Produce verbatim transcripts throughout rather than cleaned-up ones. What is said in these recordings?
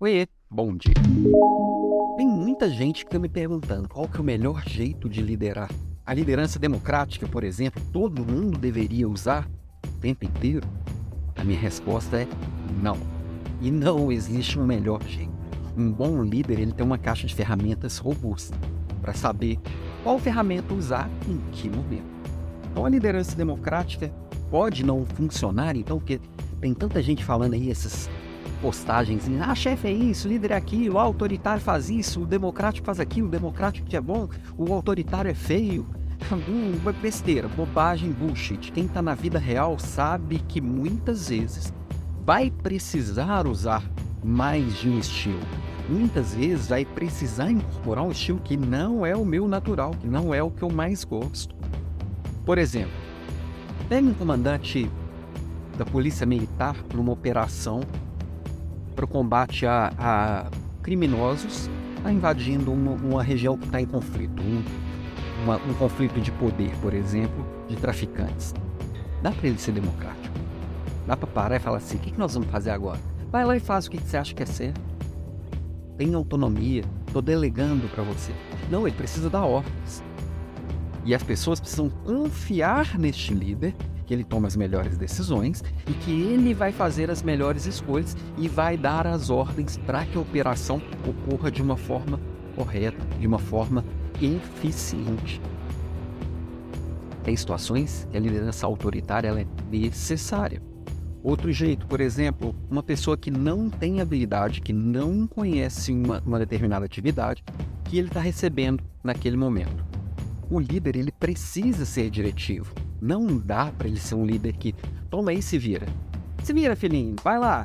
Oiê, bom dia. Tem muita gente que está me perguntando qual que é o melhor jeito de liderar. A liderança democrática, por exemplo, todo mundo deveria usar o tempo inteiro? A minha resposta é não. E não existe um melhor jeito. Um bom líder, ele tem uma caixa de ferramentas robusta para saber qual ferramenta usar em que momento. Então a liderança democrática pode não funcionar, então, porque tem tanta gente falando aí essas postagens, ah, chefe é isso, líder é aquilo, o autoritário faz isso, o democrático faz aquilo, o democrático que é bom, o autoritário é feio. Hum, besteira, bobagem, bullshit. Quem está na vida real sabe que muitas vezes vai precisar usar mais de um estilo. Muitas vezes vai precisar incorporar um estilo que não é o meu natural, que não é o que eu mais gosto. Por exemplo, pega um comandante da polícia militar numa operação para o combate a, a criminosos, está invadindo uma, uma região que está em conflito, um, uma, um conflito de poder, por exemplo, de traficantes. Dá para ele ser democrático? Dá para parar e falar assim, o que, que nós vamos fazer agora? Vai lá e faz o que, que você acha que é certo. Tem autonomia, estou delegando para você. Não, ele precisa dar ordens. E as pessoas precisam confiar neste líder, que ele toma as melhores decisões e que ele vai fazer as melhores escolhas e vai dar as ordens para que a operação ocorra de uma forma correta, de uma forma eficiente. Tem situações que a liderança autoritária ela é necessária. Outro jeito, por exemplo, uma pessoa que não tem habilidade, que não conhece uma, uma determinada atividade, que ele está recebendo naquele momento. O líder ele precisa ser diretivo. Não dá para ele ser um líder que toma aí e se vira. Se vira, filhinho, vai lá.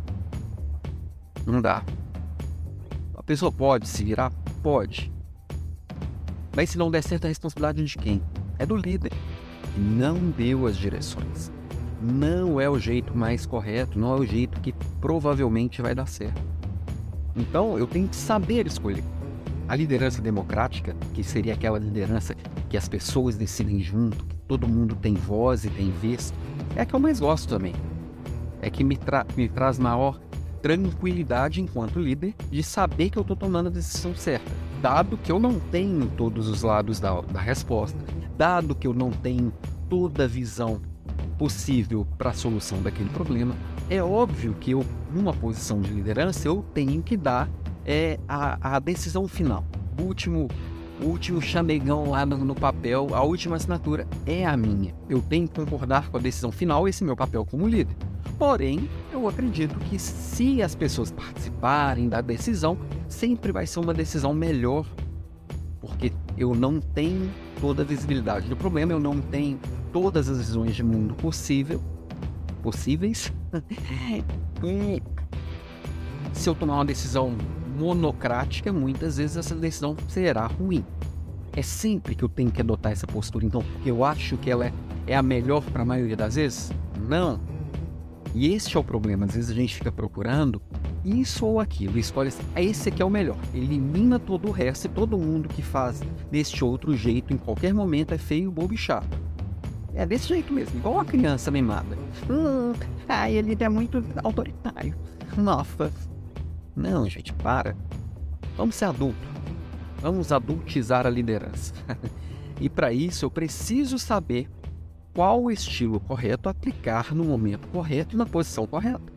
Não dá. A pessoa pode se virar? Pode. Mas se não der certo, a responsabilidade é de quem? É do líder, que não deu as direções. Não é o jeito mais correto, não é o jeito que provavelmente vai dar certo. Então, eu tenho que saber escolher. A liderança democrática, que seria aquela liderança que as pessoas decidem junto, que todo mundo tem voz e tem vez, é a que eu mais gosto também. É que me, tra- me traz maior tranquilidade enquanto líder de saber que eu estou tomando a decisão certa. Dado que eu não tenho todos os lados da, da resposta, dado que eu não tenho toda a visão possível para a solução daquele problema, é óbvio que eu, numa posição de liderança, eu tenho que dar é, a, a decisão final. O último, o último chamegão lá no, no papel, a última assinatura é a minha. Eu tenho que concordar com a decisão final, esse é meu papel como líder. Porém, eu acredito que se as pessoas participarem da decisão, sempre vai ser uma decisão melhor, porque eu não tenho toda a visibilidade do problema, eu não tenho todas as visões de mundo possível, possíveis. E se eu tomar uma decisão monocrática, muitas vezes essa decisão será ruim. É sempre que eu tenho que adotar essa postura, então, porque eu acho que ela é, é a melhor para a maioria das vezes? Não. E esse é o problema, às vezes a gente fica procurando isso ou aquilo, e escolhe assim, esse aqui é o melhor, elimina todo o resto e todo mundo que faz deste outro jeito em qualquer momento é feio, bobo e chato. É desse jeito mesmo, igual a criança mimada. Hum, ai, ele é muito autoritário. Nossa. Não, gente, para. Vamos ser adultos. Vamos adultizar a liderança. E para isso eu preciso saber qual o estilo correto aplicar no momento correto e na posição correta.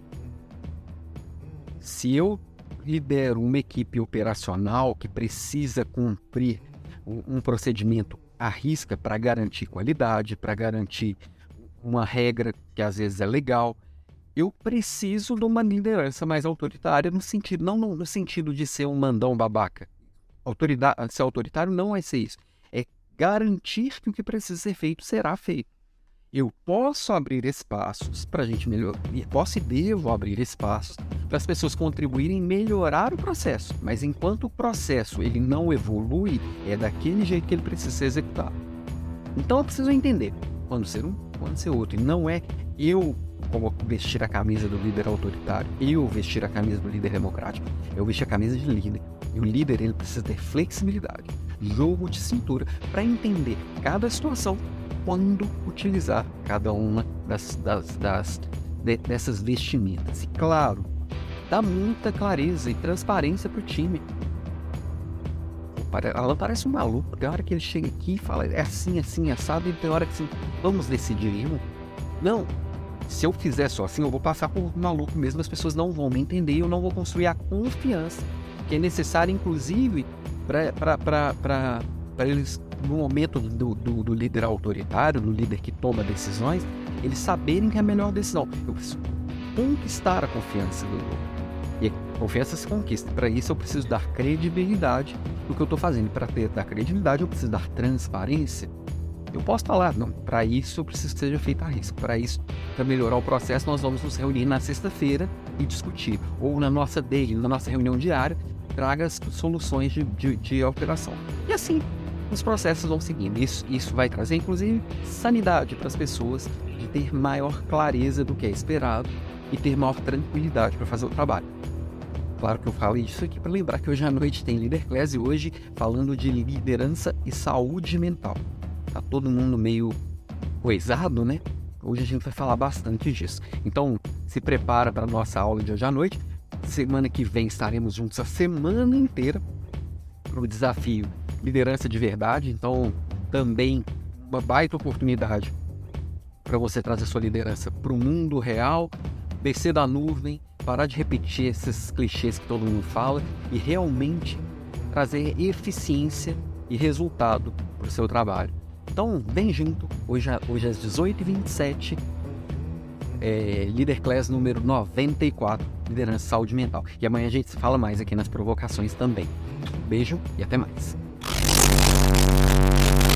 Se eu lidero uma equipe operacional que precisa cumprir um procedimento à risca para garantir qualidade, para garantir uma regra que às vezes é legal, eu preciso de uma liderança mais autoritária no sentido, não no sentido de ser um mandão babaca. Autoridade, ser autoritário não é ser isso. É garantir que o que precisa ser feito será feito. Eu posso abrir espaços para a gente melhorar, posso e devo abrir espaços para as pessoas contribuírem e melhorar o processo, mas enquanto o processo ele não evolui, é daquele jeito que ele precisa ser executado. Então eu preciso entender quando ser um, quando ser outro, e não é eu como vestir a camisa do líder autoritário, eu vestir a camisa do líder democrático, eu vestir a camisa de líder. E o líder ele precisa ter flexibilidade, jogo de cintura, para entender cada situação, quando utilizar cada uma das, das, das, de, dessas vestimentas. E claro, dá muita clareza e transparência pro time. Alan parece um maluco. Tem hora que ele chega aqui e fala, é assim, assim, assado, e tem hora que assim, vamos decidir. Não, se eu fizer só assim, eu vou passar por maluco mesmo, as pessoas não vão me entender e eu não vou construir a confiança que é necessária, inclusive, para eles, no momento do, do, do líder autoritário, do líder que toma decisões, eles saberem que é a melhor decisão. Eu preciso conquistar a confiança do outro. E a confiança se conquista. Para isso, eu preciso dar credibilidade no que eu estou fazendo. Para ter dar credibilidade, eu preciso dar transparência. Eu posso falar, não, para isso eu preciso que seja feito a risco. Para isso, para melhorar o processo, nós vamos nos reunir na sexta-feira e discutir. Ou na nossa daily, na nossa reunião diária, traga as soluções de, de, de alteração. E assim, os processos vão seguindo. Isso, isso vai trazer, inclusive, sanidade para as pessoas, de ter maior clareza do que é esperado e ter maior tranquilidade para fazer o trabalho. Claro que eu falei disso aqui para lembrar que hoje à noite tem Líder Class e hoje falando de liderança e saúde mental. Tá todo mundo meio coisado, né? Hoje a gente vai falar bastante disso. Então, se prepara para a nossa aula de hoje à noite. Semana que vem estaremos juntos a semana inteira para o desafio Liderança de Verdade. Então, também uma baita oportunidade para você trazer sua liderança para o mundo real, descer da nuvem, parar de repetir esses clichês que todo mundo fala e realmente trazer eficiência e resultado para o seu trabalho. Então, vem junto, hoje, hoje às dezoito e vinte e sete, é, Líder Class número noventa e quatro, Liderança e Saúde Mental. E amanhã a gente se fala mais aqui nas provocações também. Beijo e até mais.